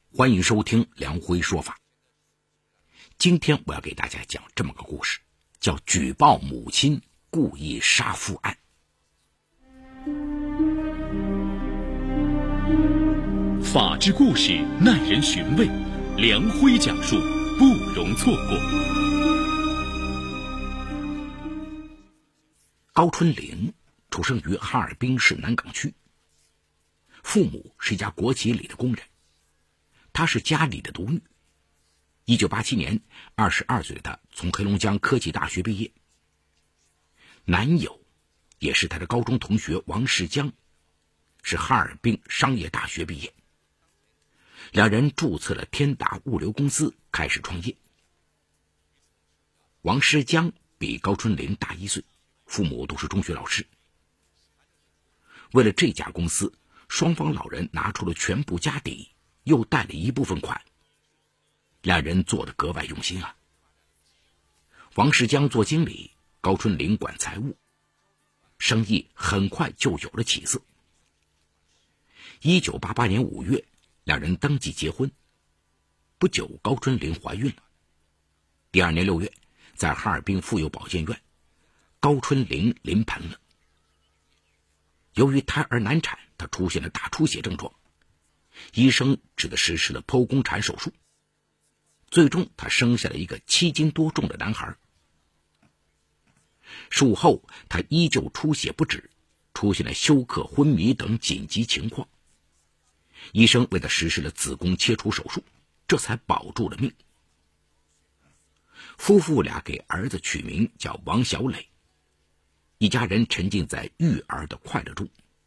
欢迎收听梁辉说法。今天我要给大家讲这么个故事，叫举报母亲故意杀父案。 法治故事耐人寻味，梁辉讲述不容错过。 高春玲出生于哈尔滨市南岗区，父母是一家国企里的工人，她是家里的独女。1987年，22岁的她从黑龙江科技大学毕业。男友也是她的高中同学王世江，是哈尔滨商业大学毕业。两人注册了天达物流公司，开始创业。王世江比高春玲大1岁，父母都是中学老师。为了这家公司，双方老人拿出了全部家底，又贷了一部分款，两人做得格外用心啊。王世江做经理，高春玲管财务，生意很快就有了起色。1988年5月，两人登记结婚，不久高春玲怀孕了。第2年6月，在哈尔滨妇幼保健院，高春玲临盆了。由于胎儿难产，她出现了大出血症状，医生只得实施了剖宫产手术，最终她生下了一个7斤多重的男孩。术后她依旧出血不止，出现了休克、昏迷等紧急情况，医生为她实施了子宫切除手术，这才保住了命。夫妇俩给儿子取名叫王小磊，一家人沉浸在育儿的快乐中。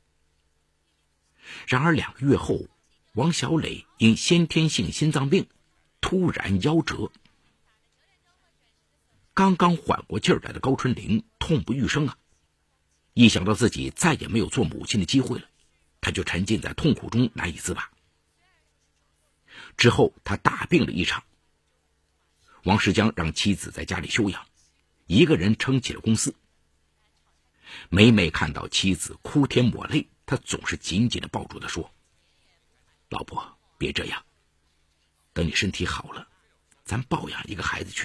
然而2个月后，王小磊因先天性心脏病突然夭折。刚刚缓过劲儿来的高春玲痛不欲生啊！一想到自己再也没有做母亲的机会了，她就沉浸在痛苦中难以自拔。之后他大病了一场，王世江让妻子在家里休养，一个人撑起了公司。每每看到妻子哭天抹泪，他总是紧紧地抱住她说：老婆，别这样，等你身体好了，咱抱养一个孩子去。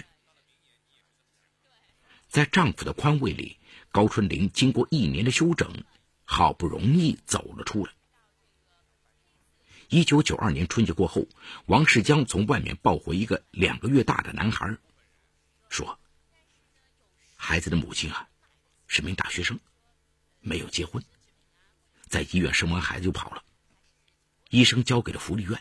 在丈夫的宽慰里，高春玲经过1年的休整，好不容易走了出来。1992年春节过后，王世江从外面抱回一个2个月大的男孩，说孩子的母亲啊，是名大学生，没有结婚，在医院生完孩子就跑了，医生交给了福利院。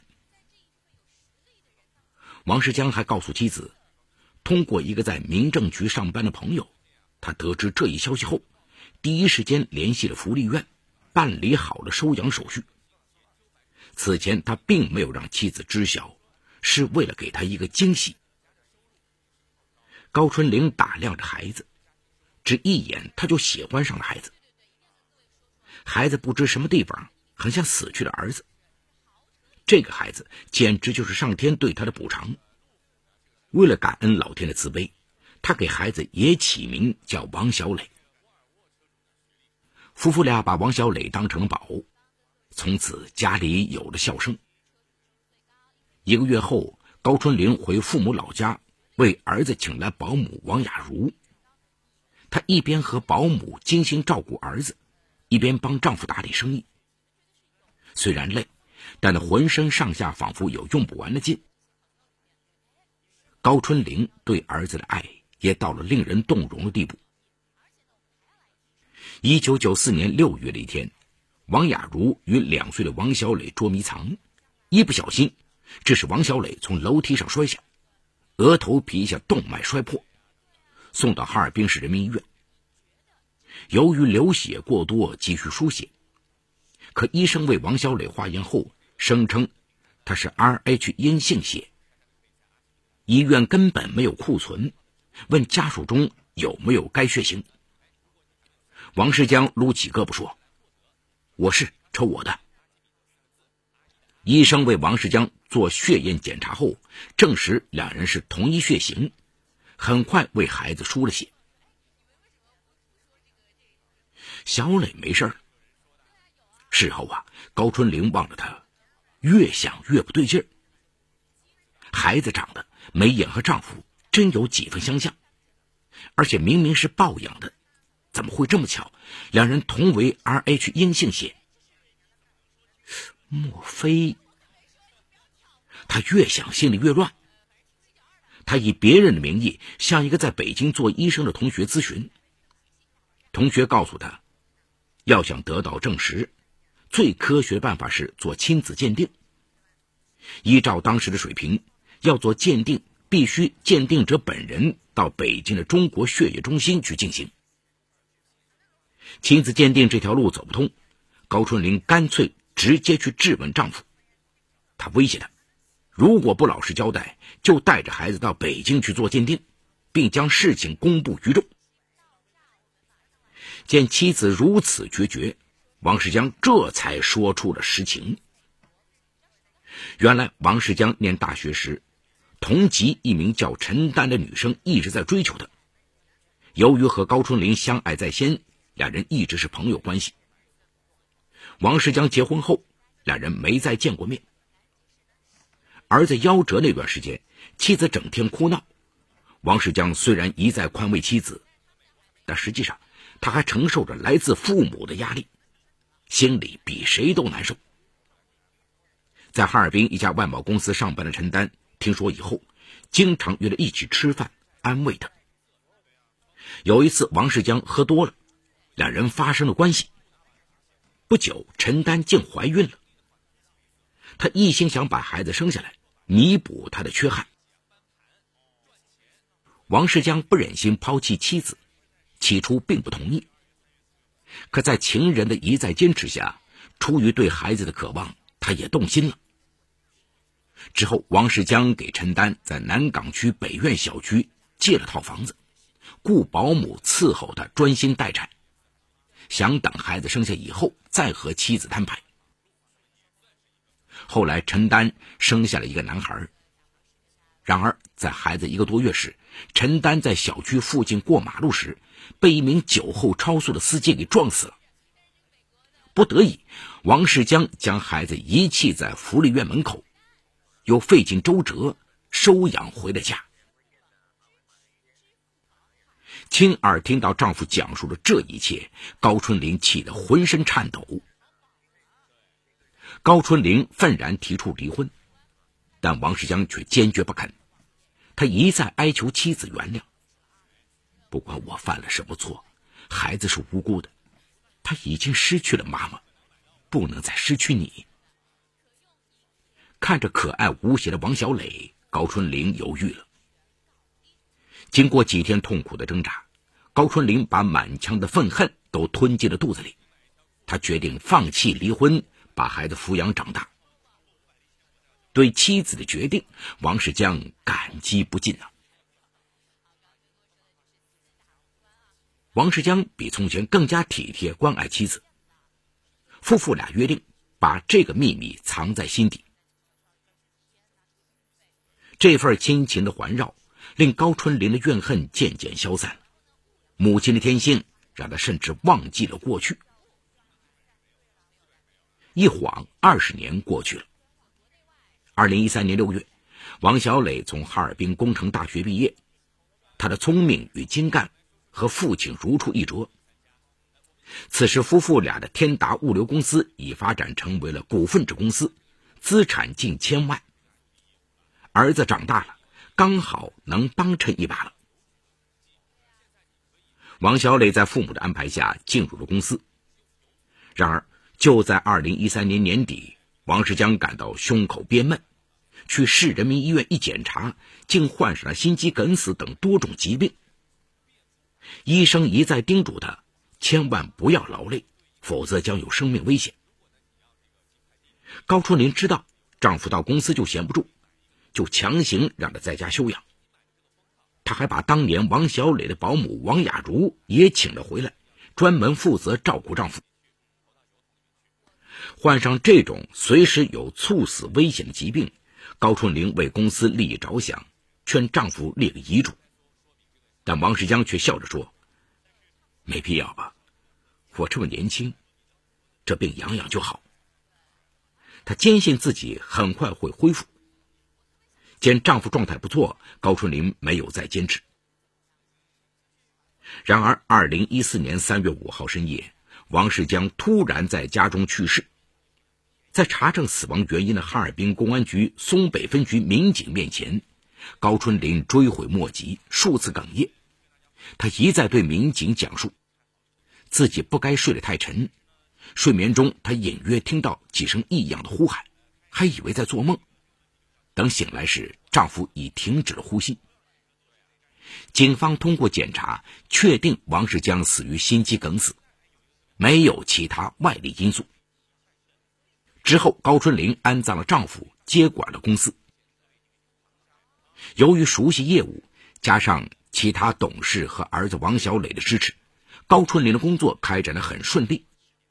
王世江还告诉妻子，通过一个在民政局上班的朋友，他得知这一消息后，第一时间联系了福利院，办理好了收养手续。此前他并没有让妻子知晓，是为了给他一个惊喜。高春玲打量着孩子，只一眼他就喜欢上了孩子。孩子不知什么地方很像死去的儿子，这个孩子简直就是上天对他的补偿。为了感恩老天的慈悲，他给孩子也起名叫王小磊。夫妇俩把王小磊当成了宝，从此家里有了笑声。1个月后，高春玲回父母老家，为儿子请来保姆王雅茹。她一边和保姆精心照顾儿子，一边帮丈夫打理生意。虽然累，但她浑身上下仿佛有用不完的劲。高春玲对儿子的爱也到了令人动容的地步。1994年6月的一天，王雅茹与2岁的王小磊捉迷藏，一不小心，致使王小磊从楼梯上摔下，额头皮下动脉摔破，送到哈尔滨市人民医院。由于流血过多，急需输血，可医生为王小磊化验后声称他是 Rh 阴性血，医院根本没有库存，问家属中有没有该血型。王世江撸起胳膊说：我是，抽我的。医生为王世江做血验检查后，证实2人是同一血型，很快为孩子输了血。小磊没事儿。事后啊，高春玲望着他，越想越不对劲儿， 孩子长得眉眼和丈夫真有几分相像，而且明明是抱养的，怎么会这么巧，两人同为 Rh 阴性血？莫非……他越想心里越乱。他以别人的名义向一个在北京做医生的同学咨询，同学告诉他，要想得到证实，最科学的办法是做亲子鉴定。依照当时的水平，要做鉴定必须鉴定者本人到北京的中国血液中心去进行。亲子鉴定这条路走不通，高春玲干脆直接去质问丈夫。他威胁他，如果不老实交代，就带着孩子到北京去做鉴定，并将事情公布于众。见妻子如此决绝，王世江这才说出了实情。原来王世江念大学时，同级一名叫陈丹的女生一直在追求他。由于和高春玲相爱在先，两人一直是朋友关系。王世江结婚后，两人没再见过面。而在夭折那段时间，妻子整天哭闹。王世江虽然一再宽慰妻子，但实际上他还承受着来自父母的压力，心里比谁都难受。在哈尔滨一家外贸公司上班的陈丹听说以后，经常约他一起吃饭，安慰他。有一次王世江喝多了，两人发生了关系。不久陈丹竟怀孕了。他一心想把孩子生下来，弥补他的缺憾。王世江不忍心抛弃妻子，起初并不同意。可在情人的一再坚持下，出于对孩子的渴望，他也动心了。之后王世江给陈丹在南岗区北苑小区借了套房子，雇保姆伺候他专心待产，想等孩子生下以后再和妻子摊牌。后来陈丹生下了一个男孩。然而在孩子1个多月时，陈丹在小区附近过马路时，被一名酒后超速的司机给撞死了。不得已，王世江将孩子遗弃在福利院门口，又费尽周折收养回了家。亲耳听到丈夫讲述了这一切，高春玲气得浑身颤抖。高春玲愤然提出离婚，但王世江却坚决不肯。他一再哀求妻子原谅，不管我犯了什么错，孩子是无辜的，他已经失去了妈妈，不能再失去你。看着可爱无邪的王小磊，高春玲犹豫了。经过几天痛苦的挣扎，高春玲把满腔的愤恨都吞进了肚子里。她决定放弃离婚，把孩子抚养长大。对妻子的决定，王世江感激不尽啊。王世江比从前更加体贴关爱妻子，夫妇俩约定把这个秘密藏在心底。这份亲情的环绕令高春玲的怨恨渐渐消散了，母亲的天性让她甚至忘记了过去。一晃20年过去了。2013年6月，王小磊从哈尔滨工程大学毕业，他的聪明与精干和父亲如出一辙。此时夫妇俩的天达物流公司已发展成为了股份制公司，资产近1000万。儿子长大了，刚好能帮衬一把了。王小磊在父母的安排下进入了公司。然而就在2013年年底，王世江感到胸口憋闷，去市人民医院一检查，竟患上了心肌梗死等多种疾病。医生一再叮嘱他千万不要劳累，否则将有生命危险。高春玲知道丈夫到公司就闲不住，就强行让他在家休养。他还把当年王小磊的保姆王雅茹也请了回来，专门负责照顾丈夫。患上这种随时有猝死危险的疾病，高春玲为公司利益着想，劝丈夫立个遗嘱。但王世江却笑着说，没必要吧，我这么年轻，这病养养就好。他坚信自己很快会恢复。 见丈夫状态不错，高春玲没有再坚持。然而2014年3月5号深夜，王世江突然在家中去世。在查证死亡原因的哈尔滨公安局松北分局民警面前，高春玲追悔莫及，数次哽咽。她一再对民警讲述自己不该睡得太沉，睡眠中她隐约听到几声异样的呼喊，还以为在做梦。等醒来时，丈夫已停止了呼吸。警方通过检查确定王世江死于心肌梗死，没有其他外力因素。之后高春玲安葬了丈夫，接管了公司。由于熟悉业务，加上其他董事和儿子王小磊的支持，高春玲的工作开展得很顺利。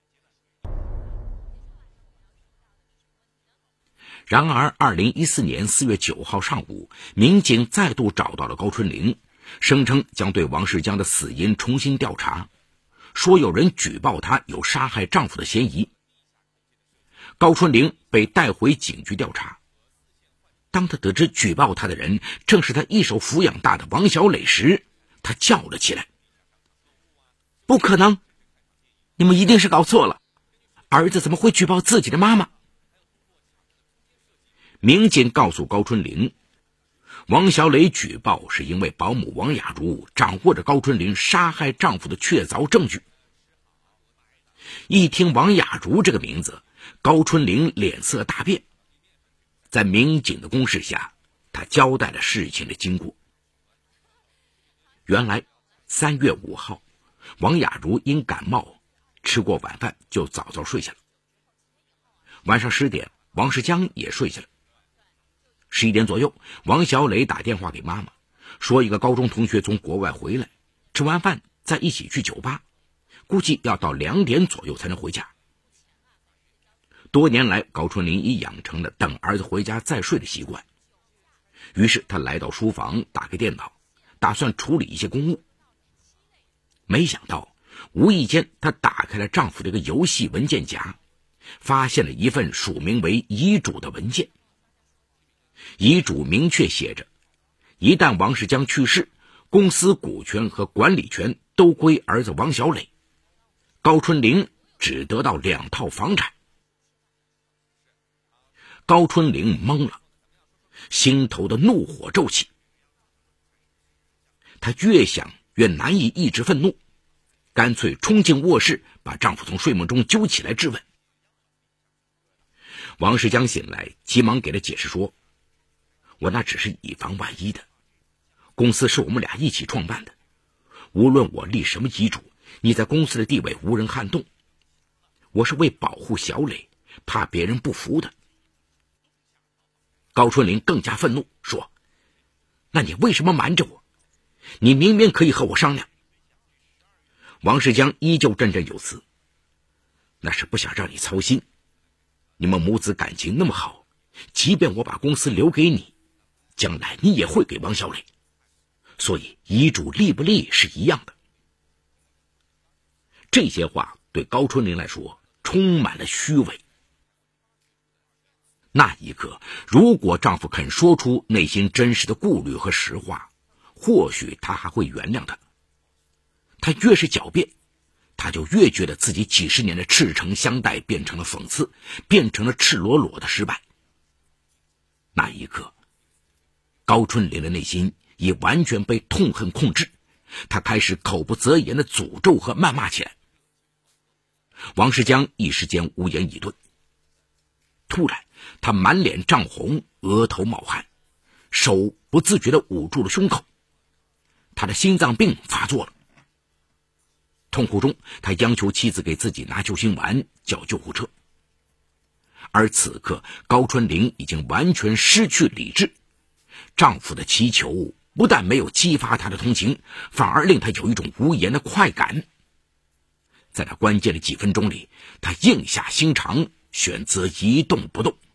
然而2014年4月9号上午，民警再度找到了高春玲，声称将对王世江的死因重新调查，说有人举报她有杀害丈夫的嫌疑。高春玲被带回警局调查。当她得知举报她的人正是她一手抚养大的王小磊时，她叫了起来：不可能，你们一定是搞错了，儿子怎么会举报自己的妈妈？民警告诉高春玲，王小磊举报是因为保姆王雅茹掌握着高春玲杀害丈夫的确凿证据。一听王雅茹这个名字，高春玲脸色大变。在民警的攻势下，她交代了事情的经过。原来3月5号，王雅茹因感冒，吃过晚饭就早早睡下了。晚上10点，王世江也睡下了。11点左右，王小磊打电话给妈妈，说一个高中同学从国外回来，吃完饭再一起去酒吧，估计要到2点左右才能回家。多年来，高春玲已养成了等儿子回家再睡的习惯。于是她来到书房，打开电脑，打算处理一些公务。没想到无意间她打开了丈夫的一个游戏文件夹，发现了一份署名为遗嘱的文件。遗嘱明确写着，一旦王世江去世，公司股权和管理权都归儿子王小磊，高春玲只得到2套房产。高春玲懵了，心头的怒火骤起。她越想越难以抑制愤怒，干脆冲进卧室，把丈夫从睡梦中揪起来质问。王世江醒来，急忙给他解释说，我那只是以防万一的，公司是我们俩一起创办的，无论我立什么遗嘱，你在公司的地位无人撼动，我是为保护小磊，怕别人不服的。高春玲更加愤怒，说，那你为什么瞒着我？你明明可以和我商量。王世江依旧振振有词，那是不想让你操心，你们母子感情那么好，即便我把公司留给你，将来你也会给王小磊，所以遗嘱立不立是一样的。这些话对高春玲来说充满了虚伪。那一刻，如果丈夫肯说出内心真实的顾虑和实话，或许她还会原谅他。她越是狡辩，她就越觉得自己几十年的赤诚相待变成了讽刺，变成了赤裸裸的失败。那一刻，高春玲的内心已完全被痛恨控制，她开始口不择言的诅咒和谩骂起来。王世江一时间无言以对。突然，他满脸涨红，额头冒汗，手不自觉地捂住了胸口。他的心脏病发作了。痛苦中，他央求妻子给自己拿救心丸，叫救护车。而此刻，高春玲已经完全失去理智，丈夫的祈求不但没有激发她的同情，反而令她有一种无言的快感。在那关键的几分钟里，她硬下心肠，选择一动不动。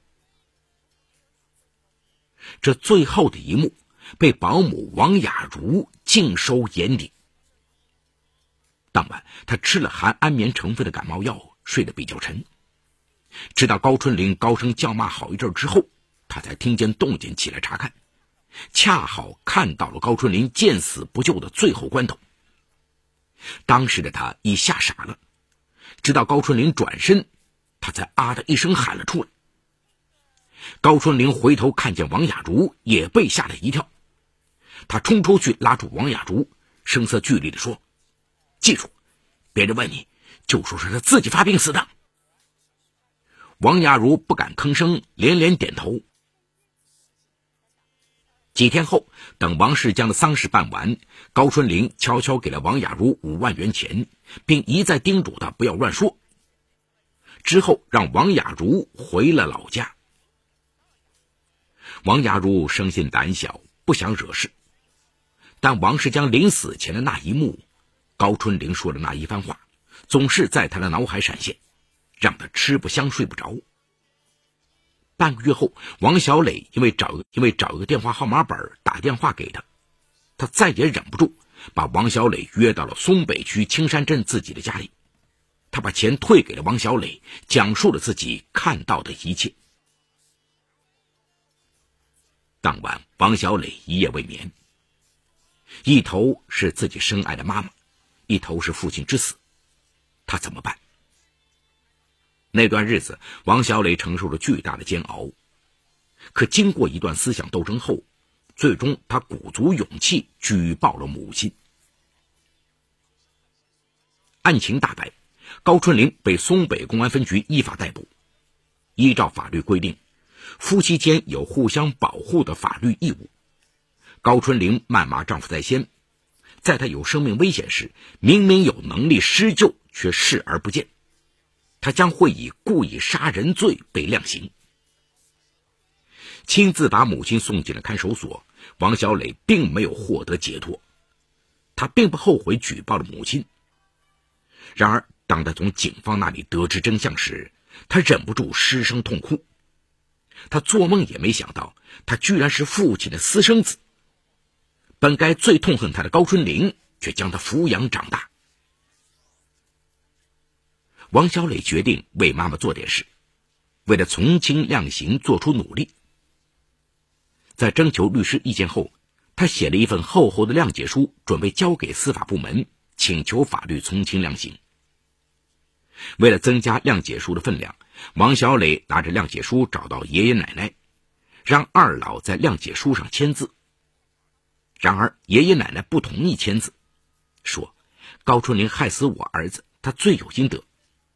这最后的一幕被保姆王雅茹尽收眼底。当晚，她吃了含安眠成分的感冒药，睡得比较沉。直到高春玲高声叫骂好一阵之后，她他才听见动静起来查看，恰好看到了高春林见死不救的最后关头。当时的他已吓傻了，直到高春林转身，他才啊的一声喊了出来。高春林回头看见王雅竹，也被吓了一跳，他冲出去拉住王雅竹，声色俱厉地说：“记住，别人问你就说是他自己发病死的。”王雅茹不敢吭声，连连点头。几天后，等王世江的丧事办完，高春林悄悄给了王雅茹5万元钱，并一再叮嘱他不要乱说。之后让王雅茹回了老家。王雅茹生性胆小，不想惹事，但王世江临死前的那一幕，高春林说的那一番话，总是在他的脑海闪现，让他吃不香睡不着。半个月后，王小磊因为找一个电话号码本打电话给他，他再也忍不住，把王小磊约到了松北区青山镇自己的家里。他把钱退给了王小磊，讲述了自己看到的一切。当晚，王小磊一夜未眠，一头是自己深爱的妈妈，一头是父亲之死，他怎么办？那段日子，王小磊承受了巨大的煎熬，可经过一段思想斗争后，最终他鼓足勇气举报了母亲。案情大白，高春林被松北公安分局依法逮捕。依照法律规定，夫妻间有互相保护的法律义务。高春林谩骂丈夫在先，在他有生命危险时，明明有能力施救，却视而不见。他将会以故意杀人罪被量刑。亲自把母亲送进了看守所，王小磊并没有获得解脱。他并不后悔举报了母亲。然而，当他从警方那里得知真相时，他忍不住失声痛哭。他做梦也没想到，他居然是父亲的私生子。本该最痛恨他的高春林，却将他抚养长大。王小磊决定为妈妈做点事，为了从轻量刑做出努力。在征求律师意见后，他写了一份厚厚的谅解书，准备交给司法部门，请求法律从轻量刑。为了增加谅解书的分量，王小磊拿着谅解书找到爷爷奶奶，让二老在谅解书上签字。然而爷爷奶奶不同意签字，说高春林害死我儿子，他罪有应得。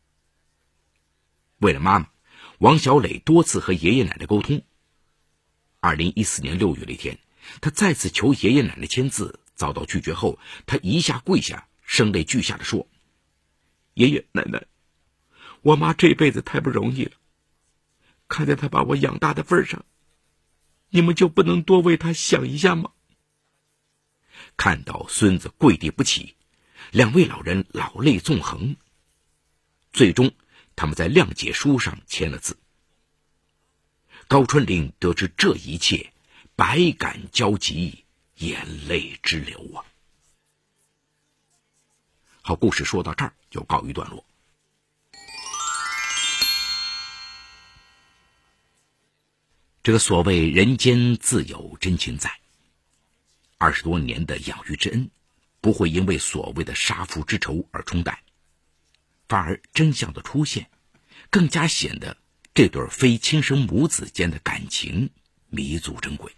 为了妈妈，王小磊多次和爷爷奶奶沟通。2014年6月的一天，他再次求爷爷奶奶签字，遭到拒绝后，他一下跪下，声泪俱下地说：“爷爷奶奶，我妈这辈子太不容易了，看在她把我养大的份上，你们就不能多为她想一下吗？”看到孙子跪地不起，两位老人老泪纵横。最终他们在谅解书上签了字。高春林得知这一切，百感交集，眼泪直流啊！好，故事说到这儿就告一段落。这个所谓人间自有真情在，20多年的养育之恩，不会因为所谓的杀父之仇而冲淡，反而真相的出现，更加显得这对非亲生母子间的感情弥足珍贵。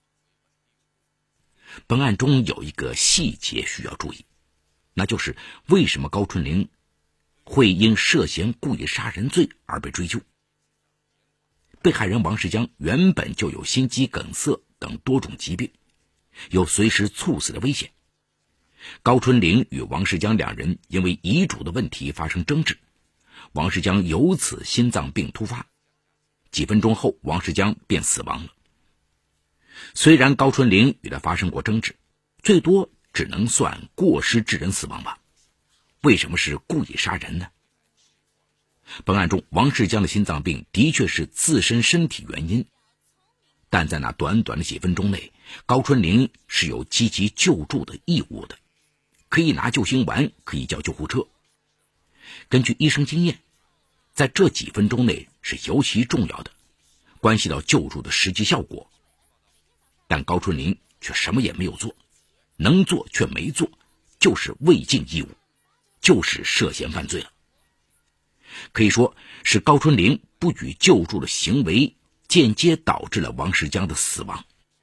本案中有一个细节需要注意，那就是为什么高春林会因涉嫌故意杀人罪而被追究。被害人王世江原本就有心肌梗塞等多种疾病，有随时猝死的危险。高春林与王世江两人因为遗嘱的问题发生争执，王世江由此心脏病突发，几分钟后王世江便死亡了。虽然高春林与他发生过争执，最多只能算过失致人死亡吧，为什么是故意杀人呢？本案中王世江的心脏病的确是自身身体原因，但在那短短的几分钟内，高春林是有积极救助的义务的，可以拿救心丸，可以叫救护车。根据医生经验，在这几分钟内是尤其重要的， 关系到救助的实际效果。但高春玲却什么也没有做，能做却没做，就是未尽义务，就是涉嫌犯罪了。可以说是高春玲不予救助的行为间接导致了王世江的死亡。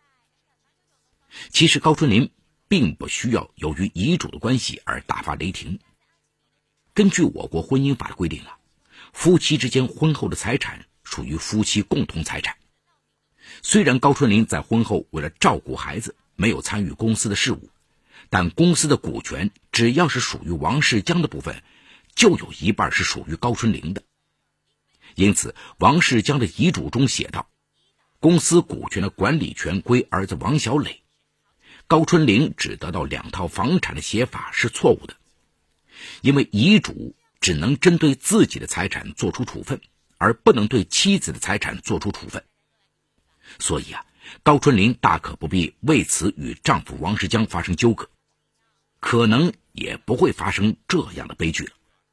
其实高春玲并不需要由于遗嘱的关系而大发雷霆。根据我国婚姻法的规定夫妻之间婚后的财产属于夫妻共同财产。虽然高春玲在婚后为了照顾孩子没有参与公司的事务，但公司的股权只要是属于王世江的部分，就有一半是属于高春玲的。因此王世江的遗嘱中写道，公司股权的管理权归儿子王小磊，高春玲只得到2套房产的写法是错误的。因为遗嘱只能针对自己的财产做出处分，而不能对妻子的财产做出处分。所以高春玲大可不必为此与丈夫王世江发生纠葛，可能也不会发生这样的悲剧了。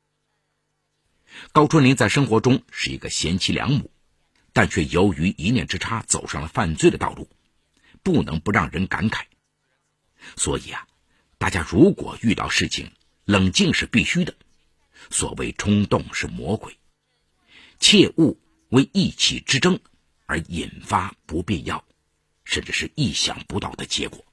高春玲在生活中是一个贤妻良母，但却由于一念之差走上了犯罪的道路，不能不让人感慨。所以大家如果遇到事情，冷静是必须的，所谓冲动是魔鬼，切勿为一己之争而引发不必要甚至是意想不到的结果。